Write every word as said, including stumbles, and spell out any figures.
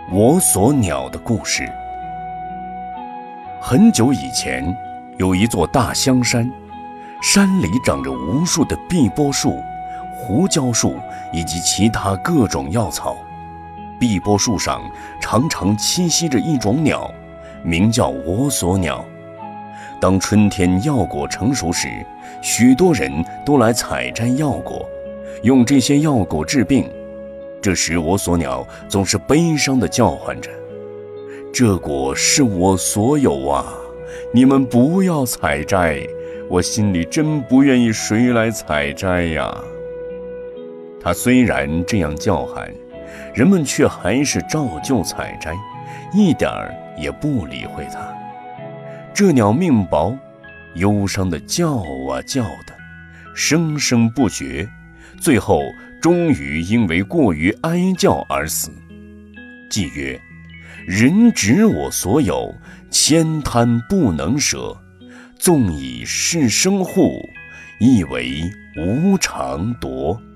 我所鸟的故事。很久以前，有一座大香山，山里长着无数的碧波树、胡椒树以及其他各种药草。碧波树上常常栖息着一种鸟，名叫我所鸟。当春天药果成熟时，许多人都来采摘药果，用这些药果治病。这时我所鸟总是悲伤地叫唤着，这果是我所有啊，你们不要采摘，我心里真不愿意谁来采摘呀。他虽然这样叫喊，人们却还是照旧采摘，一点儿也不理会他。这鸟命薄，忧伤地叫啊叫的，声声不绝，最后终于因为过于哀叫而死。既曰：人执我所有，千贪不能舍，纵以是生护，亦为无常夺。